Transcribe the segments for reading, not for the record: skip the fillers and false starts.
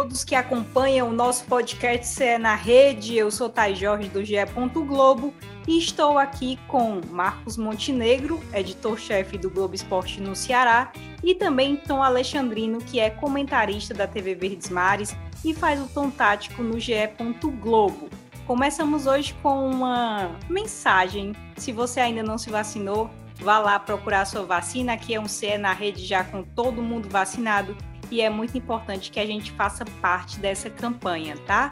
todos que acompanham o nosso podcast CE na Rede. Eu sou Thay Jorge do GE. Globo e estou aqui com Marcos Montenegro, editor-chefe do Globo Esporte no Ceará, e também Tom Alexandrino, que é comentarista da TV Verdes Mares e faz o tom tático no GE. Globo. Começamos hoje com uma mensagem. Se você ainda não se vacinou, vá lá procurar a sua vacina. Aqui é um CE na Rede já com todo mundo vacinado e é muito importante que a gente faça parte dessa campanha, tá?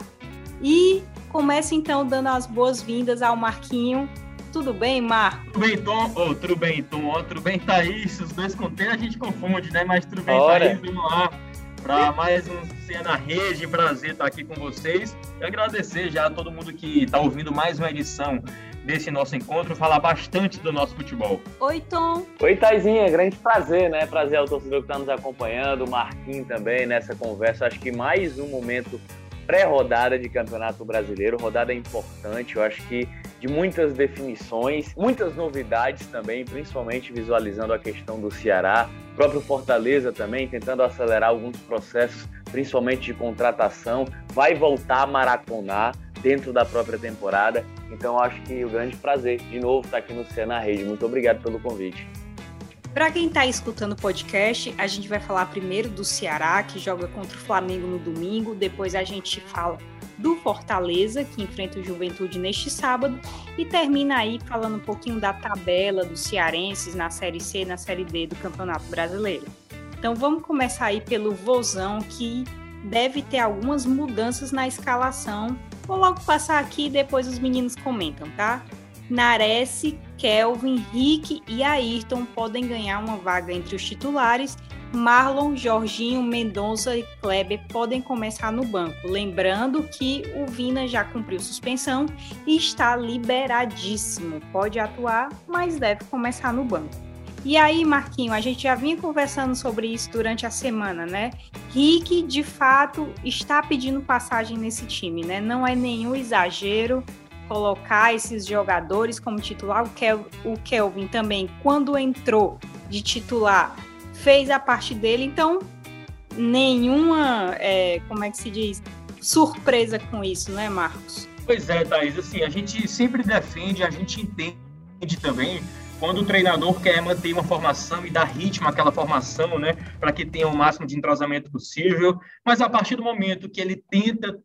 E comece então dando as boas-vindas ao Marquinho. Tudo bem, Marco? Tudo bem, Tom? Tudo bem, Tom? Tudo bem, Thaís? Os dois com T a gente confunde, né? Mas tudo bem, Thaís? Vamos lá para mais um CE na Rede. Prazer estar aqui com vocês. E agradecer já a todo mundo que está ouvindo mais uma edição desse nosso encontro, falar bastante do nosso futebol. Oi, Tom. Oi, Thaizinha, grande prazer, né? Prazer ao torcedor que está nos acompanhando, o Marquinhos também nessa conversa. Acho que mais um momento pré-rodada de Campeonato Brasileiro, rodada importante, eu acho que de muitas definições, muitas novidades também, principalmente visualizando a questão do Ceará, o próprio Fortaleza também, tentando acelerar alguns processos, principalmente de contratação, vai voltar a maratonar dentro da própria temporada, então acho que o grande prazer, de novo, estar aqui no CE na Rede. Muito obrigado pelo convite. Para quem está escutando o podcast, a gente vai falar primeiro do Ceará, que joga contra o Flamengo no domingo, depois a gente fala do Fortaleza, que enfrenta o Juventude neste sábado, e termina aí falando um pouquinho da tabela dos cearenses na Série C e na Série D do Campeonato Brasileiro. Então vamos começar aí pelo Vozão, que deve ter algumas mudanças na escalação. Vou logo passar aqui e depois os meninos comentam, tá? Nares, Kelvin, Rick e Ayrton podem ganhar uma vaga entre os titulares. Marlon, Jorginho, Mendonça e Kleber podem começar no banco. Lembrando que o Vina já cumpriu suspensão e está liberadíssimo. Pode atuar, mas deve começar no banco. E aí, Marquinho, a gente já vinha conversando sobre isso durante a semana, né? Rick, de fato, está pedindo passagem nesse time, né? Não é nenhum exagero colocar esses jogadores como titular. O Kelvin também, quando entrou de titular, fez a parte dele, então nenhuma, como é que se diz, surpresa com isso, né, Marcos? Pois é, Thaís, assim, a gente sempre defende, a gente entende também quando o treinador quer manter uma formação e dar ritmo àquela formação, né, para que tenha o máximo de entrosamento possível, mas a partir do momento que ele tenta,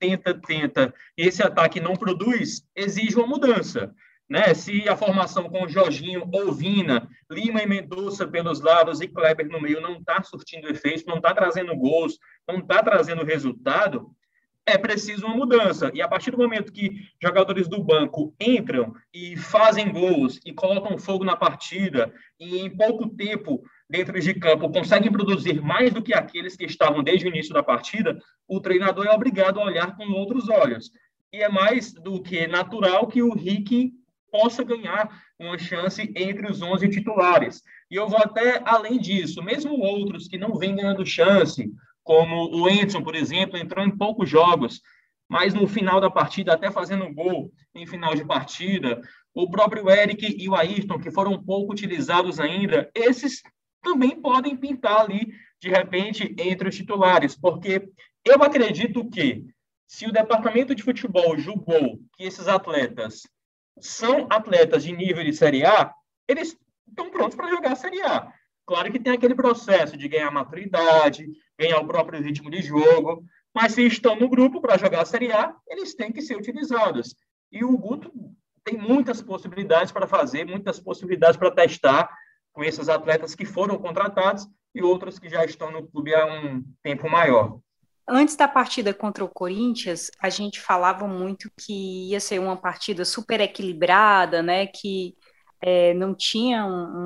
e esse ataque não produz, exige uma mudança, né? Se a formação com Jorginho ou Vina, Lima e Mendonça pelos lados e Kleber no meio não está surtindo efeito, não está trazendo gols, não está trazendo resultado, é preciso uma mudança. E a partir do momento que jogadores do banco entram e fazem gols e colocam fogo na partida e em pouco tempo dentro de campo conseguem produzir mais do que aqueles que estavam desde o início da partida, o treinador é obrigado a olhar com outros olhos. E é mais do que natural que o Rick possa ganhar uma chance entre os 11 titulares. E eu vou até além disso, mesmo outros que não vêm ganhando chance, como o Edson, por exemplo, entrou em poucos jogos, mas no final da partida, até fazendo gol em final de partida, o próprio Eric e o Ayrton, que foram pouco utilizados ainda, esses também podem pintar ali, de repente, entre os titulares, porque eu acredito que se o departamento de futebol julgou que esses atletas são atletas de nível de Série A, eles estão prontos para jogar a Série A. Claro que tem aquele processo de ganhar maturidade, ganhar o próprio ritmo de jogo, mas se estão no grupo para jogar a Série A, eles têm que ser utilizados. E o Guto tem muitas possibilidades para fazer, muitas possibilidades para testar com esses atletas que foram contratados e outros que já estão no clube há um tempo maior. Antes da partida contra o Corinthians, a gente falava muito que ia ser uma partida super equilibrada, né? Que não tinha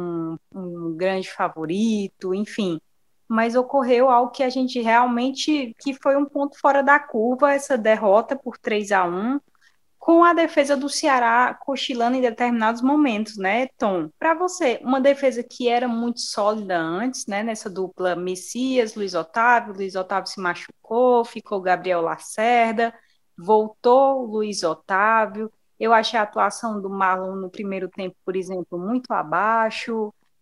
um grande favorito, enfim. Mas ocorreu algo que a gente realmente, que foi um ponto fora da curva, essa derrota por 3-1, com a defesa do Ceará cochilando em determinados momentos, né, Tom? Para você, uma defesa que era muito sólida antes, né, nessa dupla Messias, Luiz Otávio se machucou, ficou Gabriel Lacerda, voltou o Luiz Otávio. Eu achei a atuação do Marlon no primeiro tempo, por exemplo, muito abaixo.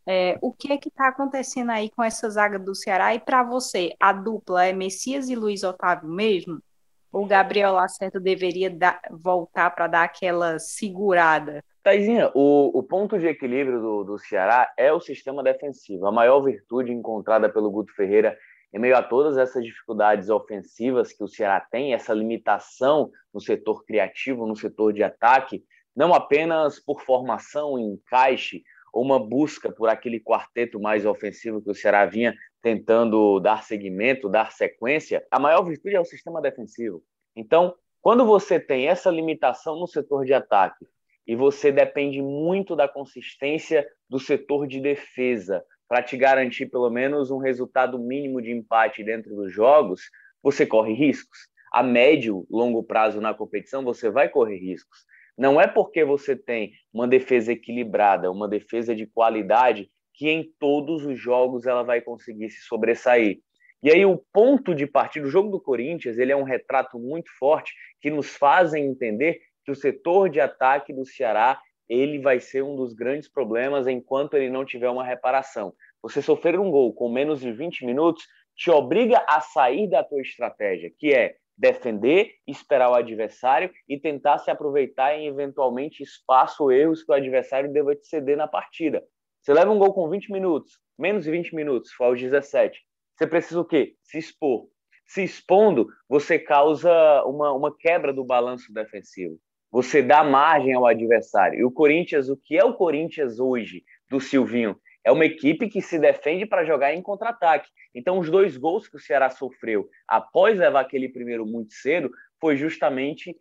O que é que está acontecendo aí com essa zaga do Ceará? E para você, a dupla é Messias e Luiz Otávio mesmo? Ou Gabriel Lacerda deveria voltar para dar aquela segurada? Taizinha, o ponto de equilíbrio do Ceará é o sistema defensivo. A maior virtude encontrada pelo Guto Ferreira em meio a todas essas dificuldades ofensivas que o Ceará tem, essa limitação no setor criativo, no setor de ataque, não apenas por formação, encaixe, ou uma busca por aquele quarteto mais ofensivo que o Ceará vinha tentando dar seguimento, dar sequência, a maior virtude é o sistema defensivo. Então, quando você tem essa limitação no setor de ataque e você depende muito da consistência do setor de defesa para te garantir pelo menos um resultado mínimo de empate dentro dos jogos, você corre riscos. A médio, longo prazo na competição, você vai correr riscos. Não é porque você tem uma defesa equilibrada, uma defesa de qualidade, que em todos os jogos ela vai conseguir se sobressair. E aí o ponto de partida, o jogo do Corinthians, ele é um retrato muito forte que nos fazem entender que o setor de ataque do Ceará ele vai ser um dos grandes problemas enquanto ele não tiver uma reparação. Você sofrer um gol com menos de 20 minutos te obriga a sair da tua estratégia, que é defender, esperar o adversário e tentar se aproveitar em eventualmente espaço ou erros que o adversário deva te ceder na partida. Você leva um gol com 20 minutos, menos de 20 minutos, foi aos 17. Você precisa o quê? Se expor. Se expondo, você causa uma quebra do balanço defensivo. Você dá margem ao adversário. E o Corinthians, o que é o Corinthians hoje do Silvinho? É uma equipe que se defende para jogar em contra-ataque. Então, os 2 gols que o Ceará sofreu após levar aquele primeiro muito cedo foi justamente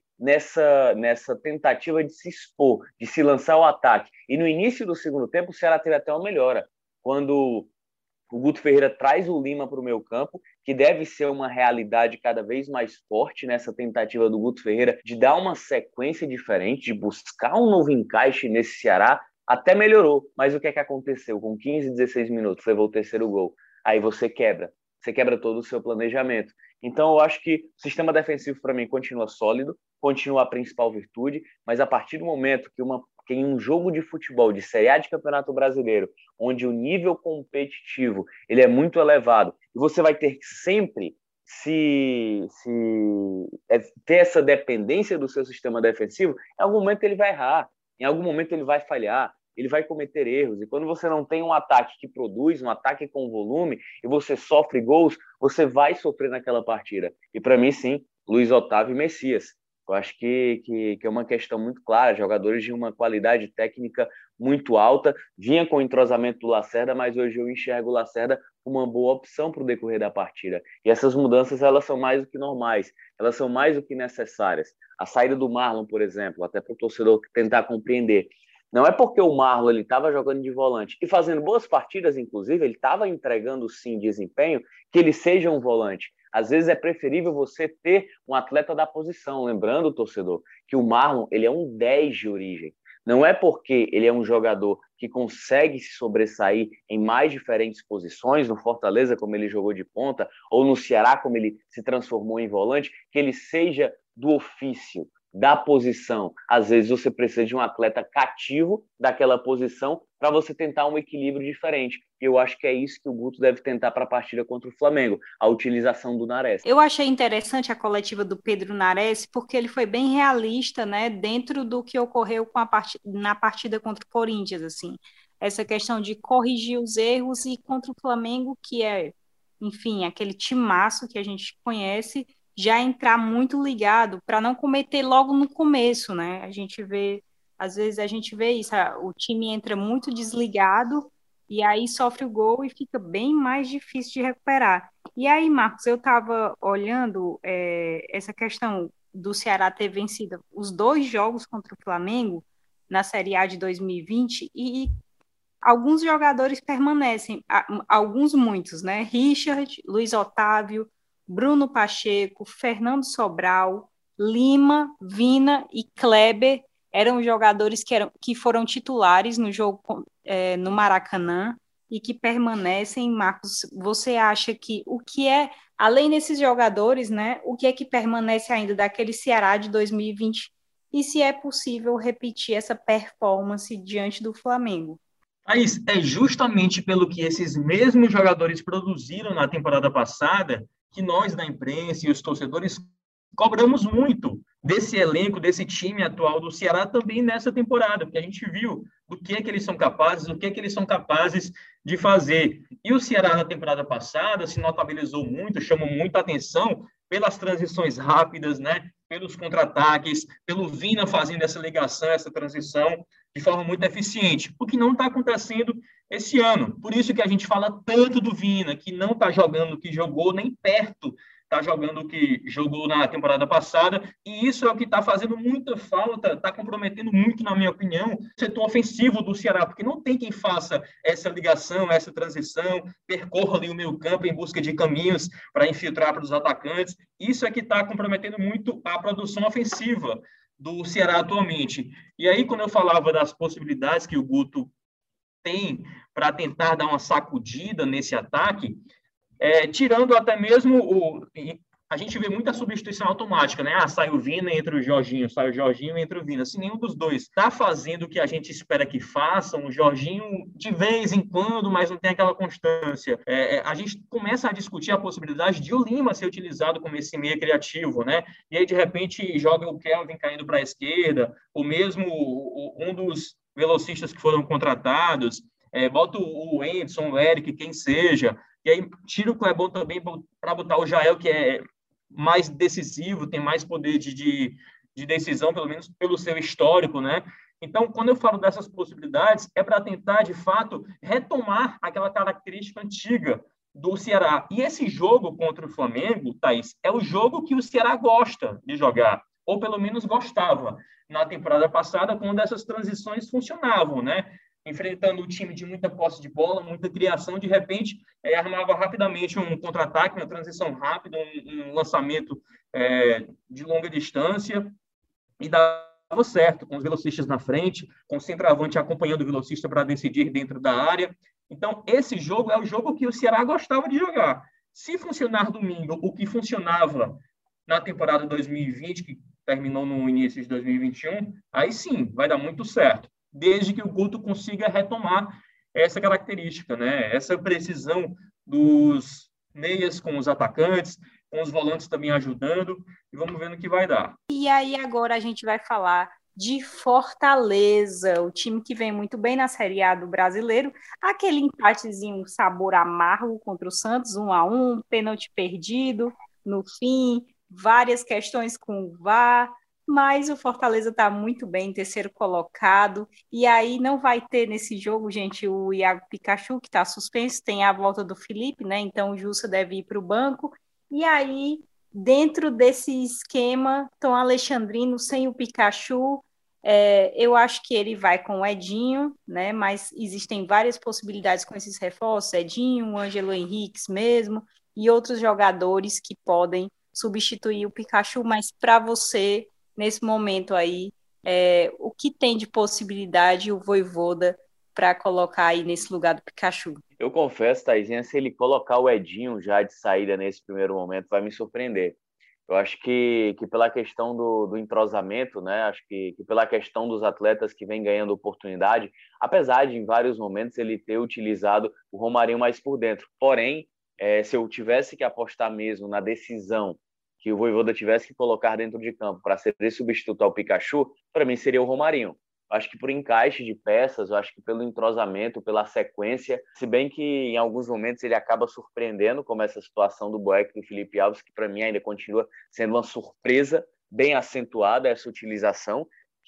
nessa tentativa de se expor, de se lançar ao ataque. E no início do segundo tempo, o Ceará teve até uma melhora. Quando o Guto Ferreira traz o Lima para o meio campo, que deve ser uma realidade cada vez mais forte nessa tentativa do Guto Ferreira de dar uma sequência diferente, de buscar um novo encaixe nesse Ceará, até melhorou. Mas o que é que aconteceu? Com 15, 16 minutos, levou o terceiro gol. Aí você quebra todo o seu planejamento. Então eu acho que o sistema defensivo para mim continua sólido, continua a principal virtude, mas a partir do momento que em um jogo de futebol, de Série A de Campeonato Brasileiro, onde o nível competitivo ele é muito elevado, e você vai ter que sempre ter essa dependência do seu sistema defensivo, em algum momento ele vai errar, em algum momento ele vai falhar, ele vai cometer erros. E quando você não tem um ataque que produz, um ataque com volume, e você sofre gols, você vai sofrer naquela partida. E para mim, sim, Luiz Otávio e Messias. Eu acho que é uma questão muito clara, jogadores de uma qualidade técnica muito alta, vinha com o entrosamento do Lacerda, mas hoje eu enxergo o Lacerda como uma boa opção para o decorrer da partida. E essas mudanças, elas são mais do que normais, elas são mais do que necessárias. A saída do Marlon, por exemplo, até para o torcedor tentar compreender, não é porque o Marlon estava jogando de volante e fazendo boas partidas, inclusive, ele estava entregando sim desempenho, que ele seja um volante. Às vezes é preferível você ter um atleta da posição. Lembrando, torcedor, que o Marlon ele é um 10 de origem. Não é porque ele é um jogador que consegue se sobressair em mais diferentes posições, no Fortaleza, como ele jogou de ponta, ou no Ceará, como ele se transformou em volante, que ele seja do ofício, da posição. Às vezes você precisa de um atleta cativo daquela posição para você tentar um equilíbrio diferente. Eu acho que é isso que o Guto deve tentar para a partida contra o Flamengo, a utilização do Nares. Eu achei interessante a coletiva do Pedro Nares, porque ele foi bem realista, né, dentro do que ocorreu na partida contra o Corinthians, assim. Essa questão de corrigir os erros e contra o Flamengo, que é, enfim, aquele timaço que a gente conhece, já entrar muito ligado para não cometer logo no começo, né? Às vezes a gente vê isso, o time entra muito desligado e aí sofre o gol e fica bem mais difícil de recuperar. E aí, Marcos, eu estava olhando essa questão do Ceará ter vencido os 2 jogos contra o Flamengo na Série A de 2020 e alguns jogadores permanecem, muitos, né? Richard, Luiz Otávio, Bruno Pacheco, Fernando Sobral, Lima, Vina e Kleber eram jogadores que foram titulares no jogo no Maracanã e que permanecem. Marcos, você acha que além desses jogadores, né, o que é que permanece ainda daquele Ceará de 2020 e se é possível repetir essa performance diante do Flamengo? Aí é justamente pelo que esses mesmos jogadores produziram na temporada passada que nós da imprensa e os torcedores cobramos muito desse elenco, desse time atual do Ceará também nessa temporada, porque a gente viu do que é que eles são capazes, o que é que eles são capazes de fazer. E o Ceará na temporada passada se notabilizou muito, chamou muita atenção pelas transições rápidas, né? Pelos contra-ataques, pelo Vina fazendo essa ligação, essa transição de forma muito eficiente, o que não está acontecendo esse ano. Por isso que a gente fala tanto do Vina, que não está jogando o que jogou, nem perto está jogando o que jogou na temporada passada, e isso é o que está fazendo muita falta, está comprometendo muito, na minha opinião, o setor ofensivo do Ceará, porque não tem quem faça essa ligação, essa transição, percorra ali o meio campo em busca de caminhos para infiltrar para os atacantes. Isso é que está comprometendo muito a produção ofensiva do Ceará atualmente. E aí, quando eu falava das possibilidades que o Guto tem para tentar dar uma sacudida nesse ataque, tirando até mesmo a gente vê muita substituição automática, né? Sai o Vina entre o Jorginho, sai o Jorginho entre o Vina. Se nenhum dos dois está fazendo o que a gente espera que façam, o Jorginho de vez em quando, mas não tem aquela constância. A gente começa a discutir a possibilidade de o Lima ser utilizado como esse meia criativo, né? E aí, de repente, joga o Kelvin caindo para a esquerda, ou mesmo um dos velocistas que foram contratados, bota o Edson, o Eric, quem seja, e aí tira o Clebão também para botar o Jael, que é mais decisivo, tem mais poder de decisão, pelo menos pelo seu histórico, né? Então, quando eu falo dessas possibilidades, é para tentar, de fato, retomar aquela característica antiga do Ceará. E esse jogo contra o Flamengo, Thaís, é o jogo que o Ceará gosta de jogar, ou pelo menos gostava na temporada passada, quando essas transições funcionavam, né? Enfrentando o time de muita posse de bola, muita criação, de repente, armava rapidamente um contra-ataque, uma transição rápida, um lançamento de longa distância, e dava certo, com os velocistas na frente, com o centroavante acompanhando o velocista para decidir dentro da área. Então, esse jogo é o jogo que o Ceará gostava de jogar. Se funcionar domingo, o que funcionava na temporada 2020, que terminou no início de 2021, aí sim, vai dar muito certo, desde que o Guto consiga retomar essa característica, né? Essa precisão dos meias com os atacantes, com os volantes também ajudando, e vamos ver no que vai dar. E aí agora a gente vai falar de Fortaleza, o time que vem muito bem na Série A do Brasileiro, aquele empatezinho, sabor amargo contra o Santos, 1-1, pênalti perdido no fim, várias questões com o VAR, mas o Fortaleza está muito bem, terceiro colocado, e aí não vai ter nesse jogo, gente, o Iago Pikachu, que está suspenso, tem a volta do Felipe, né? Então o Jussa deve ir para o banco, e aí, dentro desse esquema, Tom Alexandrino sem o Pikachu, eu acho que ele vai com o Edinho, né? Mas existem várias possibilidades com esses reforços, Edinho, o Ângelo Henriques mesmo, e outros jogadores que podem substituir o Pikachu, mas para você nesse momento aí, o que tem de possibilidade o Vojvoda para colocar aí nesse lugar do Pikachu? Eu confesso, Thaisinha, se ele colocar o Edinho já de saída nesse primeiro momento, vai me surpreender. Eu acho que pela questão do entrosamento, né? Acho que pela questão dos atletas que vêm ganhando oportunidade, apesar de em vários momentos ele ter utilizado o Romarinho mais por dentro. Porém, se eu tivesse que apostar mesmo na decisão que o Vojvoda tivesse que colocar dentro de campo para ser substituto ao Pikachu, para mim seria o Romarinho. Acho que por encaixe de peças, eu acho que pelo entrosamento, pela sequência, se bem que em alguns momentos ele acaba surpreendendo, como essa situação do Boeck e do Felipe Alves, que para mim ainda continua sendo uma surpresa bem acentuada essa utilização,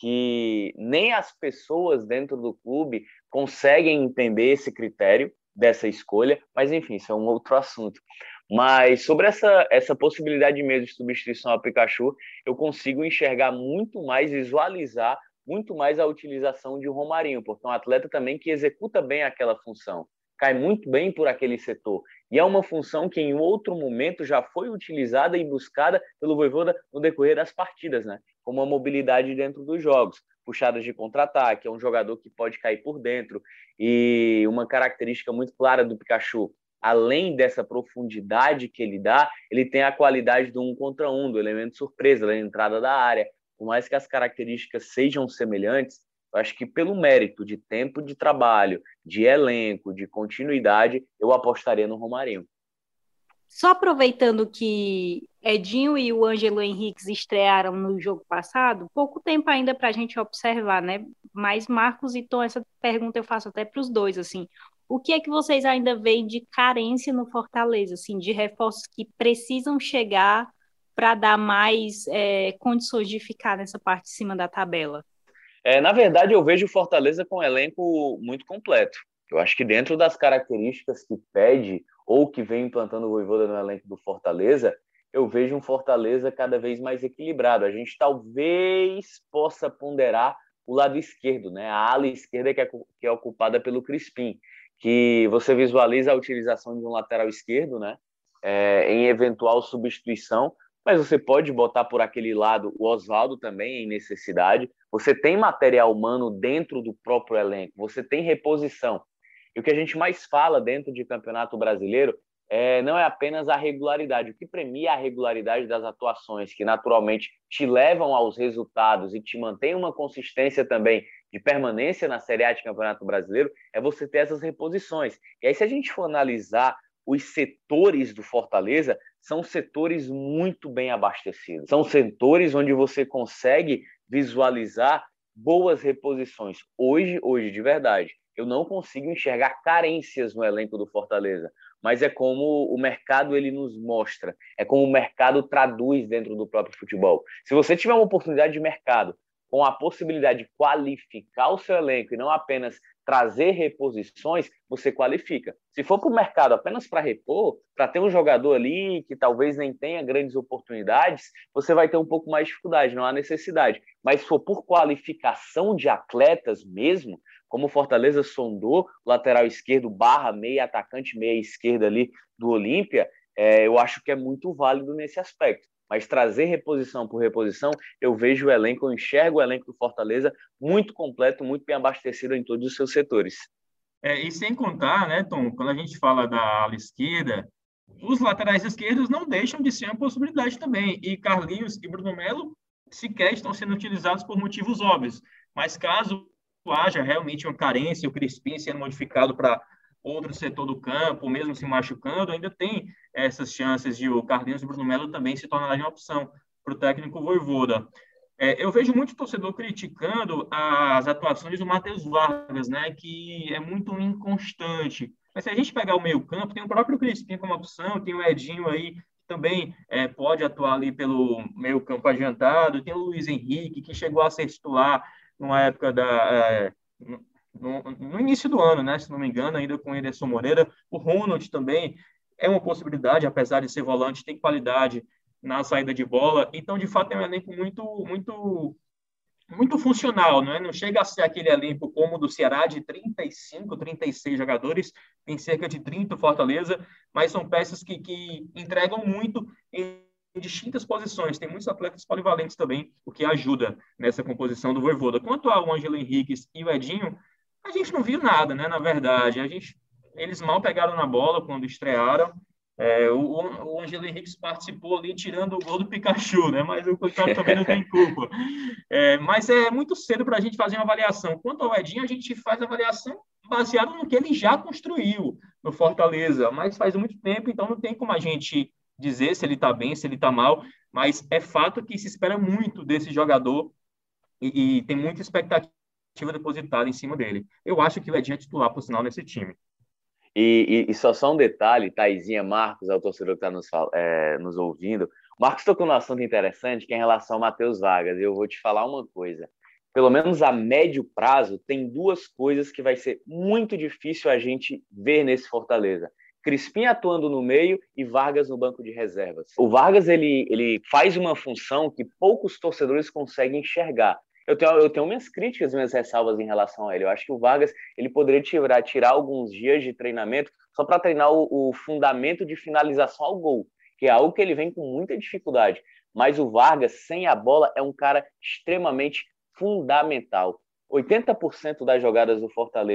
que nem as pessoas dentro do clube conseguem entender esse critério dessa escolha, mas enfim, isso é um outro assunto. Mas sobre essa possibilidade mesmo de substituição ao Pikachu, eu consigo enxergar muito mais, visualizar muito mais a utilização de um Romarinho, porque é um atleta também que executa bem aquela função, cai muito bem por aquele setor. E é uma função que em outro momento já foi utilizada e buscada pelo Vojvoda no decorrer das partidas, né? Como uma mobilidade dentro dos jogos, puxadas de contra-ataque, é um jogador que pode cair por dentro. E uma característica muito clara do Pikachu, além dessa profundidade que ele dá, ele tem a qualidade do 1 contra 1, do elemento surpresa, da entrada da área. Por mais que as características sejam semelhantes, Eu acho que pelo mérito de tempo de trabalho, de elenco, de continuidade, eu apostaria no Romarinho. Só aproveitando que Edinho e o Ângelo Henriques estrearam no jogo passado, pouco tempo ainda para a gente observar, né? Mas Marcos e Tom, essa pergunta eu faço até para os dois, assim. O que é que vocês ainda veem de carência no Fortaleza, assim, de reforços que precisam chegar para dar mais condições de ficar nessa parte de cima da tabela? Na verdade, eu vejo o Fortaleza com um elenco muito completo. Eu acho que dentro das características que pede ou que vem implantando o Vojvoda no elenco do Fortaleza, eu vejo um Fortaleza cada vez mais equilibrado. A gente talvez possa ponderar o lado esquerdo, né? A ala esquerda que é ocupada pelo Crispim, que você visualiza a utilização de um lateral esquerdo, né? Em eventual substituição, mas você pode botar por aquele lado o Oswaldo também em necessidade. Você tem material humano dentro do próprio elenco, você tem reposição. E o que a gente mais fala dentro de Campeonato Brasileiro não é apenas a regularidade. O que premia a regularidade das atuações, que naturalmente te levam aos resultados e te mantém uma consistência também de permanência na Série A de Campeonato Brasileiro, é você ter essas reposições. E aí, se a gente for analisar os setores do Fortaleza, são setores muito bem abastecidos. São setores onde você consegue visualizar boas reposições. Hoje, de verdade, eu não consigo enxergar carências no elenco do Fortaleza, mas é como o mercado ele nos mostra, é como o mercado traduz dentro do próprio futebol. Se você tiver uma oportunidade de mercado com a possibilidade de qualificar o seu elenco e não apenas trazer reposições, você qualifica. Se for para o mercado apenas para repor, para ter um jogador ali que talvez nem tenha grandes oportunidades, você vai ter um pouco mais de dificuldade, não há necessidade. Mas se for por qualificação de atletas mesmo, como o Fortaleza sondou, lateral esquerdo / meia, atacante meia esquerda ali do Olímpia, eu acho que é muito válido nesse aspecto. Mas trazer reposição por reposição, eu vejo o elenco, eu enxergo o elenco do Fortaleza muito completo, muito bem abastecido em todos os seus setores. E sem contar, né, Tom, quando a gente fala da ala esquerda, os laterais esquerdos não deixam de ser uma possibilidade também. E Carlinhos e Bruno Melo sequer estão sendo utilizados por motivos óbvios. Mas caso haja realmente uma carência, o Crispim sendo modificado para outro setor do campo, mesmo se machucando, ainda tem essas chances de o Carlinhos e o Bruno Melo também se tornarem uma opção para o técnico Vojvoda. Eu vejo muito torcedor criticando as atuações do Matheus Vargas, né, que é muito inconstante. Mas se a gente pegar o meio-campo, tem o próprio Crispim como opção, tem o Edinho aí, que também pode atuar ali pelo meio-campo adiantado, tem o Luiz Henrique, que chegou a ser titular numa época no início do ano, né, se não me engano, ainda com o Ederson Moreira. O Ronald também é uma possibilidade, apesar de ser volante, tem qualidade na saída de bola. Então, de fato, é um elenco muito funcional, né? Não chega a ser aquele elenco como o do Ceará, de 35, 36 jogadores, tem cerca de 30 Fortaleza, mas são peças que entregam muito em distintas posições. Tem muitos atletas polivalentes também, o que ajuda nessa composição do Vojvoda. Quanto ao Ângelo Henriques e o Edinho, a gente não viu nada, né? Na verdade, eles mal pegaram na bola quando estrearam. O Ângelo Henriques participou ali tirando o gol do Pikachu, né? Mas o coitado também não tem culpa. Mas é muito cedo para a gente fazer uma avaliação. Quanto ao Edinho, a gente faz a avaliação baseada no que ele já construiu no Fortaleza, mas faz muito tempo, então não tem como a gente dizer se ele está bem, se ele está mal, mas é fato que se espera muito desse jogador e tem muita expectativa depositada em cima dele. Eu acho que o Edinho é titular, por sinal, nesse time. E só um detalhe, Taizinha, Marcos, é o torcedor que está nos ouvindo. O Marcos tocou num assunto interessante, que é em relação ao Matheus Vargas. E eu vou te falar uma coisa. Pelo menos a médio prazo, tem duas coisas que vai ser muito difícil a gente ver nesse Fortaleza. Crispim atuando no meio e Vargas no banco de reservas. O Vargas ele faz uma função que poucos torcedores conseguem enxergar. Eu tenho minhas críticas, minhas ressalvas em relação a ele. Eu acho que o Vargas ele poderia tirar alguns dias de treinamento só para treinar o fundamento de finalização ao gol, que é algo que ele vem com muita dificuldade. Mas o Vargas, sem a bola, é um cara extremamente fundamental. 80% das jogadas do Fortaleza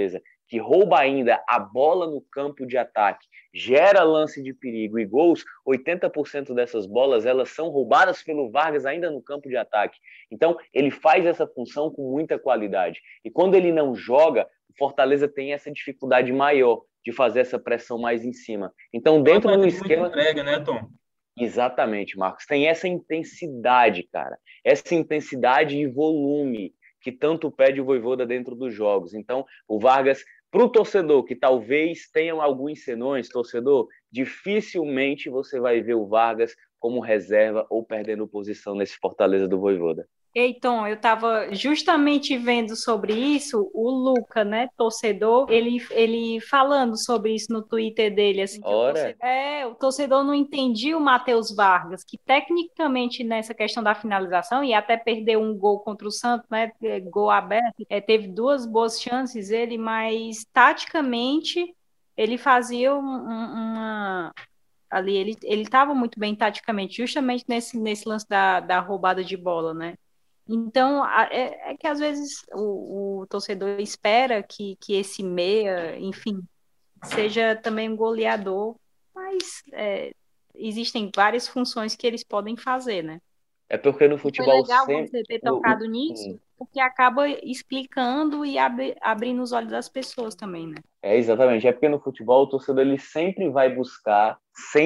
que rouba ainda a bola no campo de ataque, gera lance de perigo e gols, 80% dessas bolas elas são roubadas pelo Vargas ainda no campo de ataque. Então, ele faz essa função com muita qualidade. E quando ele não joga, o Fortaleza tem essa dificuldade maior de fazer essa pressão mais em cima. Então, dentro do esquema... entrega, né, Tom? Exatamente, Marcos. Tem essa intensidade, cara. Essa intensidade e volume que tanto pede o Vojvoda dentro dos jogos. Então, o Vargas, para o torcedor que talvez tenha alguns senões, torcedor, dificilmente você vai ver o Vargas como reserva ou perdendo posição nesse Fortaleza do Vojvoda. Tom, eu estava justamente vendo sobre isso, o Luca, né, torcedor, ele falando sobre isso no Twitter dele, assim, que o torcedor não entendia o Matheus Vargas, que tecnicamente nessa questão da finalização, e até perdeu um gol contra o Santos, né, gol aberto, teve 2 boas chances ele, mas taticamente ele fazia uma ali, ele estava muito bem taticamente, justamente nesse lance da roubada de bola, né? Então, é que às vezes o torcedor espera que esse meia, enfim, seja também um goleador, mas existem várias funções que eles podem fazer, né? É porque no futebol foi legal sempre... você ter tocado nisso, porque acaba explicando e abrindo os olhos das pessoas também, né? Exatamente. É porque no futebol o torcedor ele sempre vai buscar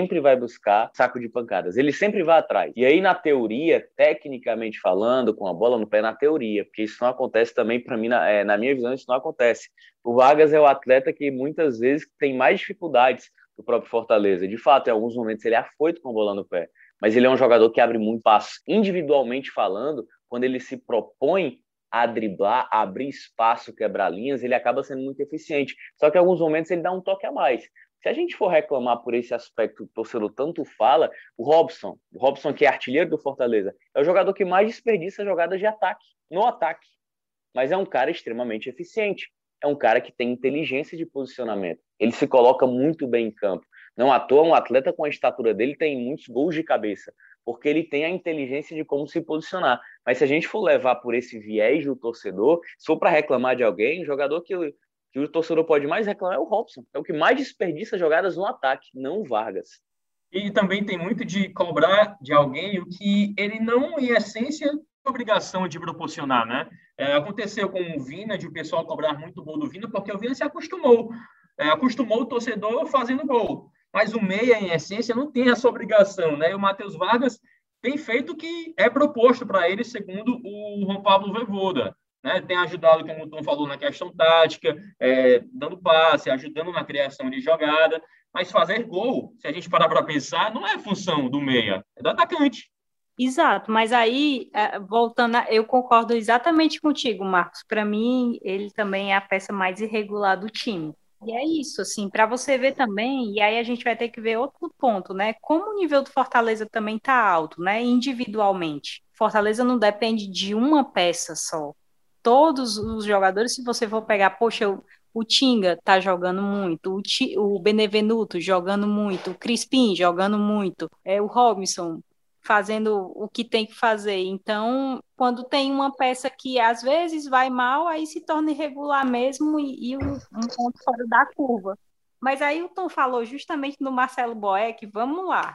saco de pancadas. Ele sempre vai atrás. E aí, na teoria, tecnicamente falando, com a bola no pé, na teoria, porque isso não acontece também, para mim, na minha visão, isso não acontece. O Vargas é o atleta que muitas vezes tem mais dificuldades do próprio Fortaleza. De fato, em alguns momentos ele é afoito com a bola no pé. Mas ele é um jogador que abre muito passo. Individualmente falando, quando ele se propõe a driblar, a abrir espaço, quebrar linhas, ele acaba sendo muito eficiente. Só que em alguns momentos ele dá um toque a mais. Se a gente for reclamar por esse aspecto que o torcedor tanto fala, o Robson, que é artilheiro do Fortaleza, é o jogador que mais desperdiça jogadas de ataque, no ataque. Mas é um cara extremamente eficiente. É um cara que tem inteligência de posicionamento. Ele se coloca muito bem em campo. Não à toa, um atleta com a estatura dele tem muitos gols de cabeça, porque ele tem a inteligência de como se posicionar. Mas se a gente for levar por esse viés do torcedor, se for para reclamar de alguém, o jogador que o torcedor pode mais reclamar é o Robson. É o que mais desperdiça jogadas no ataque, não o Vargas. E também tem muito de cobrar de alguém o que ele não, em essência, tem obrigação de proporcionar, né? Aconteceu com o Vina, de o pessoal cobrar muito gol do Vina, porque o Vina se acostumou. Acostumou o torcedor fazendo gol. Mas o meia, em essência, não tem essa obrigação, né? E o Matheus Vargas tem feito o que é proposto para ele, segundo o Juan Pablo Vojvoda, né? Tem ajudado, como o Tom falou, na questão tática, dando passe, ajudando na criação de jogada, mas fazer gol, se a gente parar para pensar, não é função do meia, é do atacante. Exato, mas aí, voltando, eu concordo exatamente contigo, Marcos. Para mim, ele também é a peça mais irregular do time. E é isso, assim, para você ver também, e aí a gente vai ter que ver outro ponto, né? Como o nível do Fortaleza também está alto, né? Individualmente. Fortaleza não depende de uma peça só. Todos os jogadores, se você for pegar, poxa, o Tinga tá jogando muito, o Benevenuto jogando muito, o Crispim jogando muito, o Robinson fazendo o que tem que fazer. Então, quando tem uma peça que às vezes vai mal, aí se torna irregular mesmo e um ponto fora da curva. Mas aí o Tom falou justamente no Marcelo Boeck, vamos lá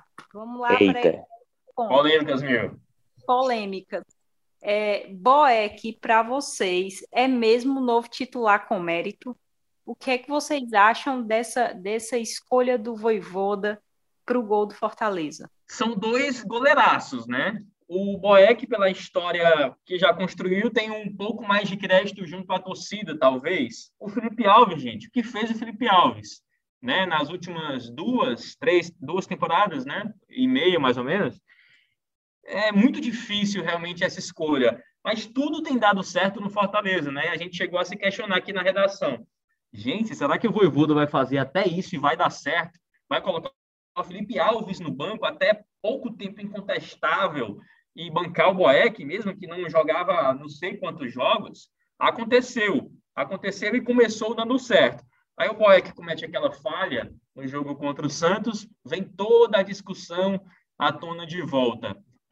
Eita. Polêmicas, meu. Polêmicas. Boeck, para vocês, é mesmo o novo titular com mérito? O que é que vocês acham dessa escolha do Vojvoda para o gol do Fortaleza? São 2 goleiraços, né? O Boeck, pela história que já construiu, tem um pouco mais de crédito junto à torcida, talvez. O Felipe Alves, gente, o que fez o Felipe Alves? Né? Nas últimas 2 temporadas, né? E meia, mais ou menos. É muito difícil, realmente, essa escolha. Mas tudo tem dado certo no Fortaleza, né? A gente chegou a se questionar aqui na redação. Gente, será que o Vojvoda vai fazer até isso e vai dar certo? Vai colocar o Felipe Alves no banco, até pouco tempo incontestável, e bancar o Boeck, mesmo que não jogava não sei quantos jogos? Aconteceu e começou dando certo. Aí o Boeck comete aquela falha no jogo contra o Santos, vem toda a discussão à tona de volta.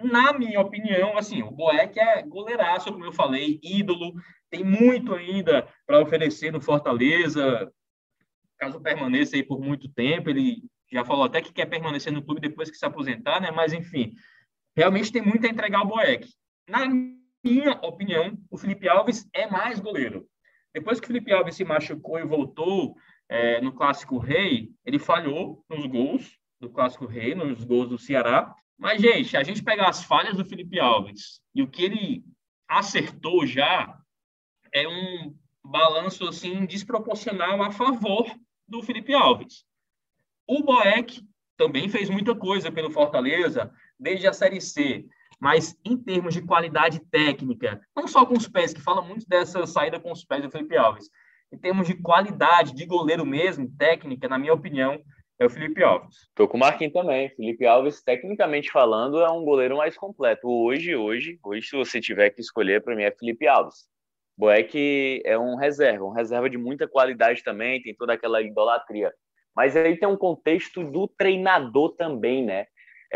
Na minha opinião, assim, o Boeck é goleiraço, como eu falei, ídolo, tem muito ainda para oferecer no Fortaleza, caso permaneça aí por muito tempo. Ele já falou até que quer permanecer no clube depois que se aposentar, né? Mas, enfim, realmente tem muito a entregar ao Boeck. Na minha opinião, o Felipe Alves é mais goleiro. Depois que o Felipe Alves se machucou e voltou no Clássico Rei, ele falhou nos gols do Clássico Rei, nos gols do Ceará. Mas, gente, a gente pegar as falhas do Felipe Alves e o que ele acertou já é um balanço assim desproporcional a favor do Felipe Alves. O Boeck também fez muita coisa pelo Fortaleza desde a Série C, mas em termos de qualidade técnica, não só com os pés, que fala muito dessa saída com os pés do Felipe Alves, em termos de qualidade de goleiro mesmo, técnica, na minha opinião, é o Felipe Alves. Tô com o Marquinhos também. Felipe Alves, tecnicamente falando, é um goleiro mais completo. Hoje, se você tiver que escolher, para mim é Felipe Alves. Boeck é um reserva de muita qualidade também, tem toda aquela idolatria. Mas aí tem um contexto do treinador também, né?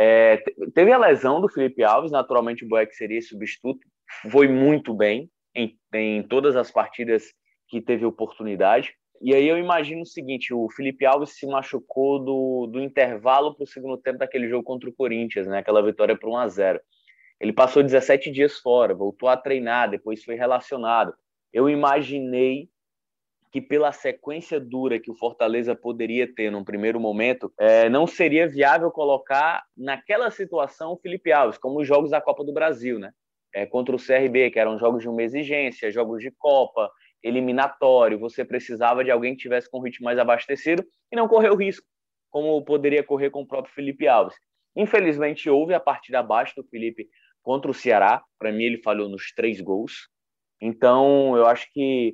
Teve a lesão do Felipe Alves, naturalmente o Boeck seria substituto, foi muito bem em todas as partidas que teve oportunidade. E aí eu imagino o seguinte, o Felipe Alves se machucou do intervalo para o segundo tempo daquele jogo contra o Corinthians, né? Aquela vitória por 1-0. Ele passou 17 dias fora, voltou a treinar, depois foi relacionado. Eu imaginei que pela sequência dura que o Fortaleza poderia ter num primeiro momento, não seria viável colocar naquela situação o Felipe Alves, como os jogos da Copa do Brasil, né? Contra o CRB, que eram jogos de uma exigência, jogos de Copa, eliminatório, você precisava de alguém que tivesse com o ritmo mais abastecido e não correu risco, como poderia correr com o próprio Felipe Alves. Infelizmente, houve a partida abaixo do Felipe contra o Ceará. Para mim, ele falhou nos 3 gols. Então, eu acho que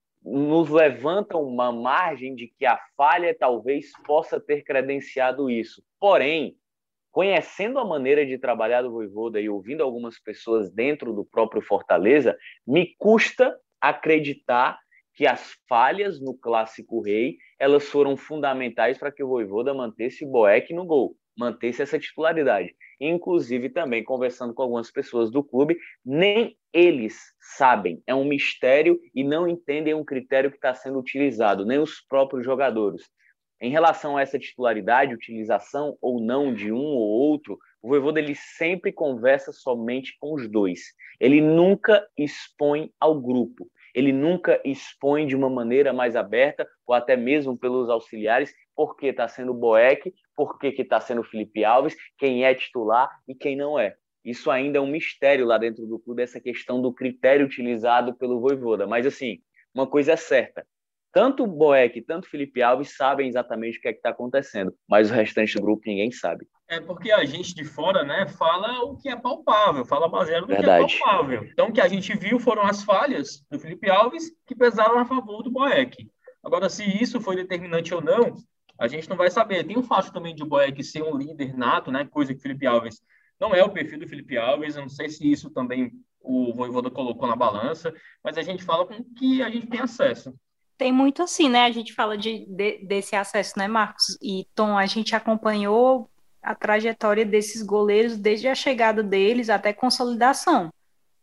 nos levanta uma margem de que a falha talvez possa ter credenciado isso. Porém, conhecendo a maneira de trabalhar do Vojvoda e ouvindo algumas pessoas dentro do próprio Fortaleza, me custa acreditar que as falhas no Clássico Rei elas foram fundamentais para que o Vojvoda mantesse Boeck no gol, mantesse essa titularidade. Inclusive, também conversando com algumas pessoas do clube, nem eles sabem, é um mistério e não entendem um critério que está sendo utilizado, nem os próprios jogadores. Em relação a essa titularidade, utilização ou não de um ou outro, o Vojvoda ele sempre conversa somente com os dois. Ele nunca expõe ao grupo. Ele nunca expõe de uma maneira mais aberta, ou até mesmo pelos auxiliares, por que está sendo o Boeck, por que está sendo o Felipe Alves, quem é titular e quem não é. Isso ainda é um mistério lá dentro do clube, essa questão do critério utilizado pelo Vojvoda. Mas, assim, uma coisa é certa. Tanto o Boeck, tanto o Felipe Alves sabem exatamente o que é que está acontecendo, mas o restante do grupo ninguém sabe. É porque a gente de fora, né, fala o que é palpável, fala baseado no Verdade. que é palpável. Então, o que a gente viu foram as falhas do Felipe Alves que pesaram a favor do Boeck. Agora, se isso foi determinante ou não, a gente não vai saber. Tem o fato também de o Boeck ser um líder nato, né, coisa que o Felipe Alves não é o perfil do Felipe Alves. Eu não sei se isso também o Vojvoda colocou na balança, mas a gente fala com o que a gente tem acesso. Tem muito assim, né? A gente fala desse acesso, né, Marcos? E Tom, a gente acompanhou a trajetória desses goleiros desde a chegada deles até consolidação.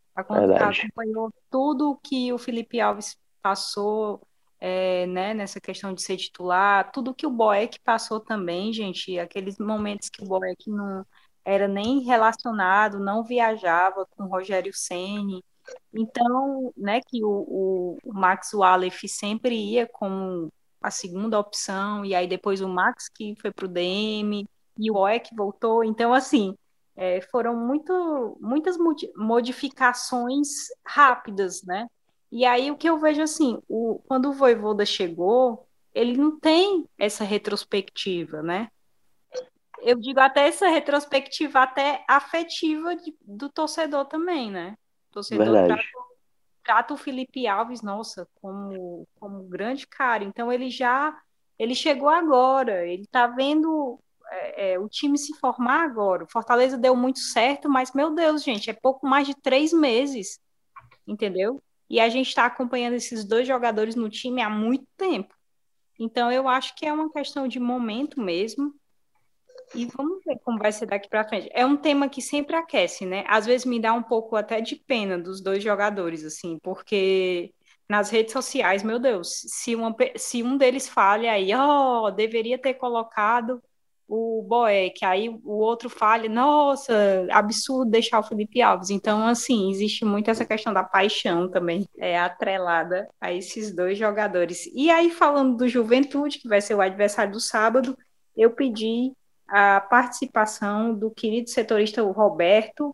Acompanhou tudo que o Felipe Alves passou, né, nessa questão de ser titular, tudo que o Boeck passou também, gente, aqueles momentos que o Boeck não era nem relacionado, não viajava com o Rogério Ceni. Então, né, que o Max Wallace sempre ia como a segunda opção, e aí depois o Max que foi para o DM, e o Boeck voltou. Então, assim, foram muitas modificações rápidas, né? E aí o que eu vejo assim, quando o Vojvoda chegou, ele não tem essa retrospectiva, né? Eu digo até essa retrospectiva até afetiva do torcedor também, né? O torcedor trata o Felipe Alves, nossa, como grande cara. Então ele chegou agora, ele tá vendo o time se formar agora. O Fortaleza deu muito certo, mas, meu Deus, gente, é pouco mais de 3 meses, entendeu? E a gente está acompanhando esses 2 jogadores no time há muito tempo. Então, eu acho que é uma questão de momento mesmo. E vamos ver como vai ser daqui para frente. É um tema que sempre aquece, né? Às vezes me dá um pouco até de pena dos dois jogadores, assim, porque nas redes sociais, meu Deus, se um deles falha aí, deveria ter colocado o Boeck, aí o outro falha, nossa, absurdo deixar o Felipe Alves. Então, assim, existe muito essa questão da paixão também, atrelada a esses dois jogadores. E aí, falando do Juventude, que vai ser o adversário do sábado, eu pedi a participação do querido setorista Roberto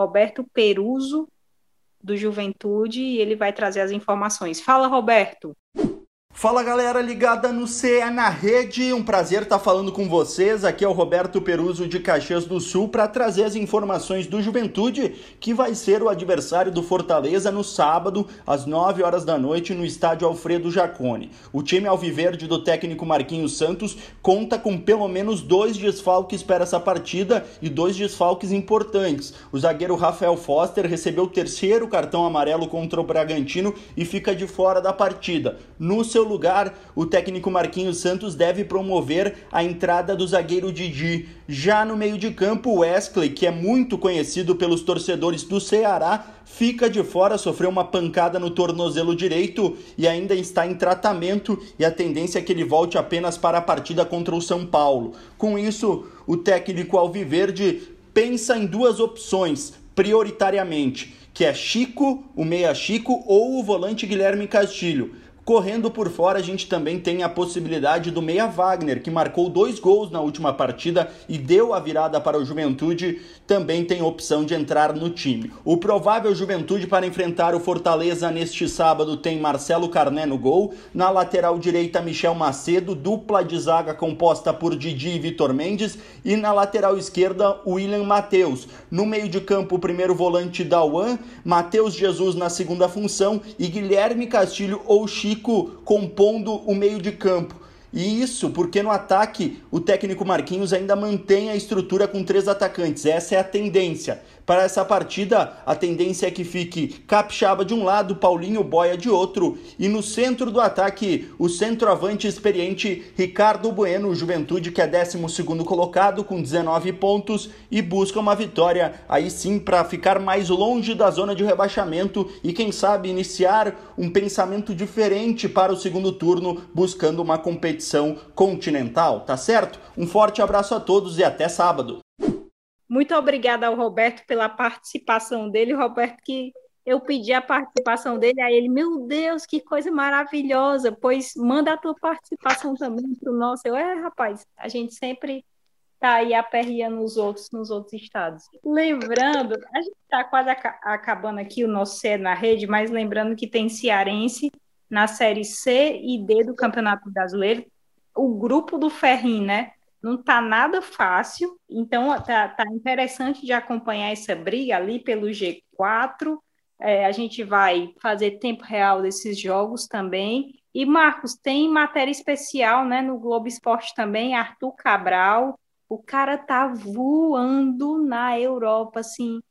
Peruso, do Juventude, e ele vai trazer as informações. Fala, Roberto! Fala galera ligada no CE na Rede, um prazer estar falando com vocês, aqui é o Roberto Peruso de Caxias do Sul para trazer as informações do Juventude, que vai ser o adversário do Fortaleza no sábado, às 9 horas da noite, no estádio Alfredo Jaconi. O time alviverde do técnico Marquinhos Santos conta com pelo menos 2 desfalques para essa partida e 2 desfalques importantes. O zagueiro Rafael Foster recebeu o 3º cartão amarelo contra o Bragantino e fica de fora da partida. No seu lugar, o técnico Marquinhos Santos deve promover a entrada do zagueiro Didi. Já no meio de campo, o Wesley, que é muito conhecido pelos torcedores do Ceará, fica de fora, sofreu uma pancada no tornozelo direito e ainda está em tratamento, e a tendência é que ele volte apenas para a partida contra o São Paulo. Com isso, o técnico alviverde pensa em 2 opções, prioritariamente, que é Chico, o meia Chico, ou o volante Guilherme Castilho. Correndo por fora, a gente também tem a possibilidade do meia Wagner, que marcou 2 gols na última partida e deu a virada para o Juventude, também tem opção de entrar no time. O provável Juventude para enfrentar o Fortaleza neste sábado tem Marcelo Carné no gol, na lateral direita Michel Macedo, dupla de zaga composta por Didi e Vitor Mendes, e na lateral esquerda William Matheus. No meio de campo, o primeiro volante Dauan, Matheus Jesus na segunda função e Guilherme Castilho ou Chico compondo o meio de campo. E isso porque no ataque o técnico Marquinhos ainda mantém a estrutura com 3 atacantes. Essa é a tendência. Para essa partida, a tendência é que fique Capixaba de um lado, Paulinho Boia de outro, e no centro do ataque, o centroavante experiente Ricardo Bueno, o Juventude, que é 12º colocado com 19 pontos e busca uma vitória, aí sim, para ficar mais longe da zona de rebaixamento e quem sabe iniciar um pensamento diferente para o segundo turno, buscando uma competição continental, tá certo? Um forte abraço a todos e até sábado. Muito obrigada ao Roberto pela participação dele. Roberto, que eu pedi a participação dele, aí ele, meu Deus, que coisa maravilhosa, pois manda a tua participação também para o nosso. Rapaz, a gente sempre está aí aperreando nos outros estados. Lembrando, a gente está quase acabando aqui o nosso CE na Rede, mas lembrando que tem cearense na Série C e D do Campeonato Brasileiro, o grupo do Ferrinho, né? Não está nada fácil, então tá interessante de acompanhar essa briga ali pelo G4. A gente vai fazer tempo real desses jogos também. E, Marcos, tem matéria especial, né, no Globo Esporte também, Arthur Cabral. O cara tá voando na Europa, assim,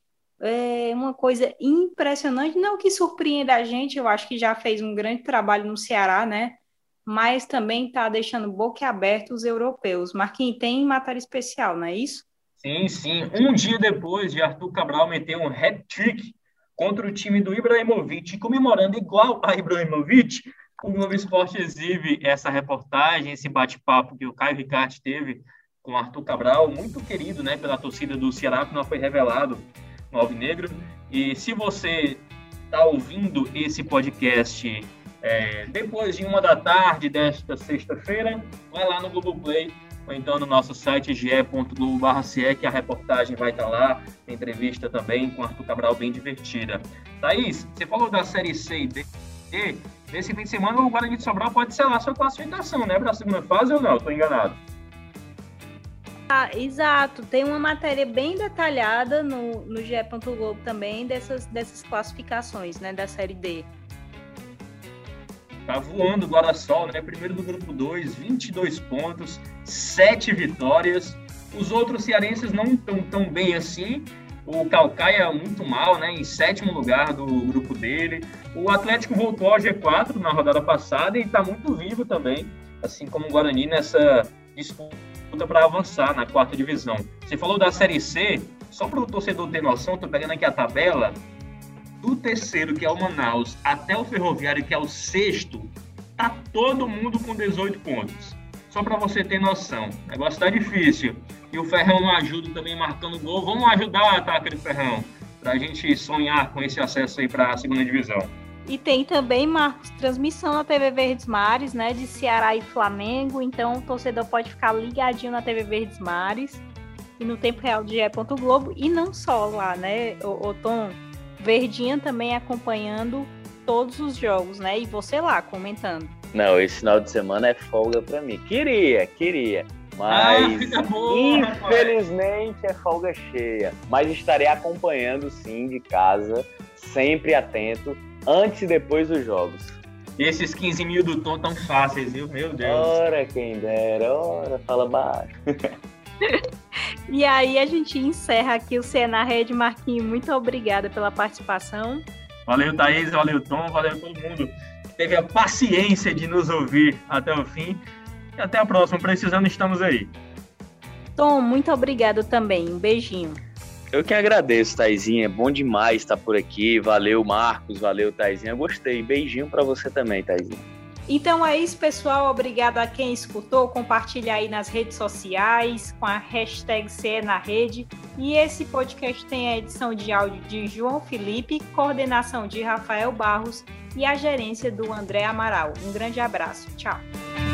uma coisa impressionante. Não que surpreenda a gente, eu acho que já fez um grande trabalho no Ceará, né? Mas também está deixando boquiaberto os europeus. Marquinhos, tem matéria especial, não é isso? Sim. Um dia depois de Arthur Cabral meter um hat-trick contra o time do Ibrahimovic, comemorando igual a Ibrahimovic, o Globo Esporte exibe essa reportagem, esse bate-papo que o Caio Ricardo teve com Arthur Cabral, muito querido, né, pela torcida do Ceará, que não foi revelado no Alvinegro. E se você está ouvindo esse podcast depois de 1 da tarde desta sexta-feira, vai lá no Globoplay ou então no nosso site ge.globo.ce, que a reportagem vai estar lá, tem entrevista também com Arthur Cabral bem divertida. Thaís, você falou da Série C e D, nesse fim de semana o Guarani de Sobral pode selar sua classificação, né, para a segunda fase ou não? Estou enganado. Exato, tem uma matéria bem detalhada no ge.globo também dessas classificações, né, da Série D. Tá voando o Guarasol, né? Primeiro do grupo 2, 22 pontos, 7 vitórias. Os outros cearenses não estão tão bem assim. O Calcaia muito mal, né? Em 7º lugar do grupo dele. O Atlético voltou ao G4 na rodada passada e está muito vivo também, assim como o Guarani nessa disputa para avançar na 4ª divisão. Você falou da Série C, só para o torcedor ter noção, estou pegando aqui a tabela, do terceiro, que é o Manaus, até o Ferroviário, que é o 6º, tá todo mundo com 18 pontos. Só para você ter noção, o negócio tá difícil. E o Ferrão não ajuda também marcando gol. Vamos ajudar, tá, aquele Ferrão, para a gente sonhar com esse acesso aí para a 2ª divisão. E tem também, Marcos, transmissão na TV Verdes Mares, né, de Ceará e Flamengo, então o torcedor pode ficar ligadinho na TV Verdes Mares e no tempo real de GE. Globo, e não só lá, né, o Tom, Verdinha também acompanhando todos os jogos, né, e você lá comentando. Não, esse final de semana é folga pra mim. Queria, mas infelizmente é folga cheia. Mas estarei acompanhando sim de casa, sempre atento, antes e depois dos jogos. Esses 15 mil do Tom tão fáceis, viu? Meu Deus. Ora, quem dera, ora, fala baixo. E aí a gente encerra aqui o CE na Rede. Marquinhos, muito obrigada pela participação. Valeu, Thaís, valeu, Tom, valeu todo mundo. Teve a paciência de nos ouvir até o fim. E até a próxima. Precisando, estamos aí. Tom, muito obrigado também. Um beijinho. Eu que agradeço, Thaizinha. É bom demais estar por aqui. Valeu, Marcos. Valeu, Thaizinha. Gostei. Beijinho pra você também, Thaizinha. Então é isso, pessoal. Obrigado a quem escutou. Compartilha aí nas redes sociais com a hashtag CE na Rede. E esse podcast tem a edição de áudio de João Felipe, coordenação de Rafael Barros e a gerência do André Amaral. Um grande abraço. Tchau.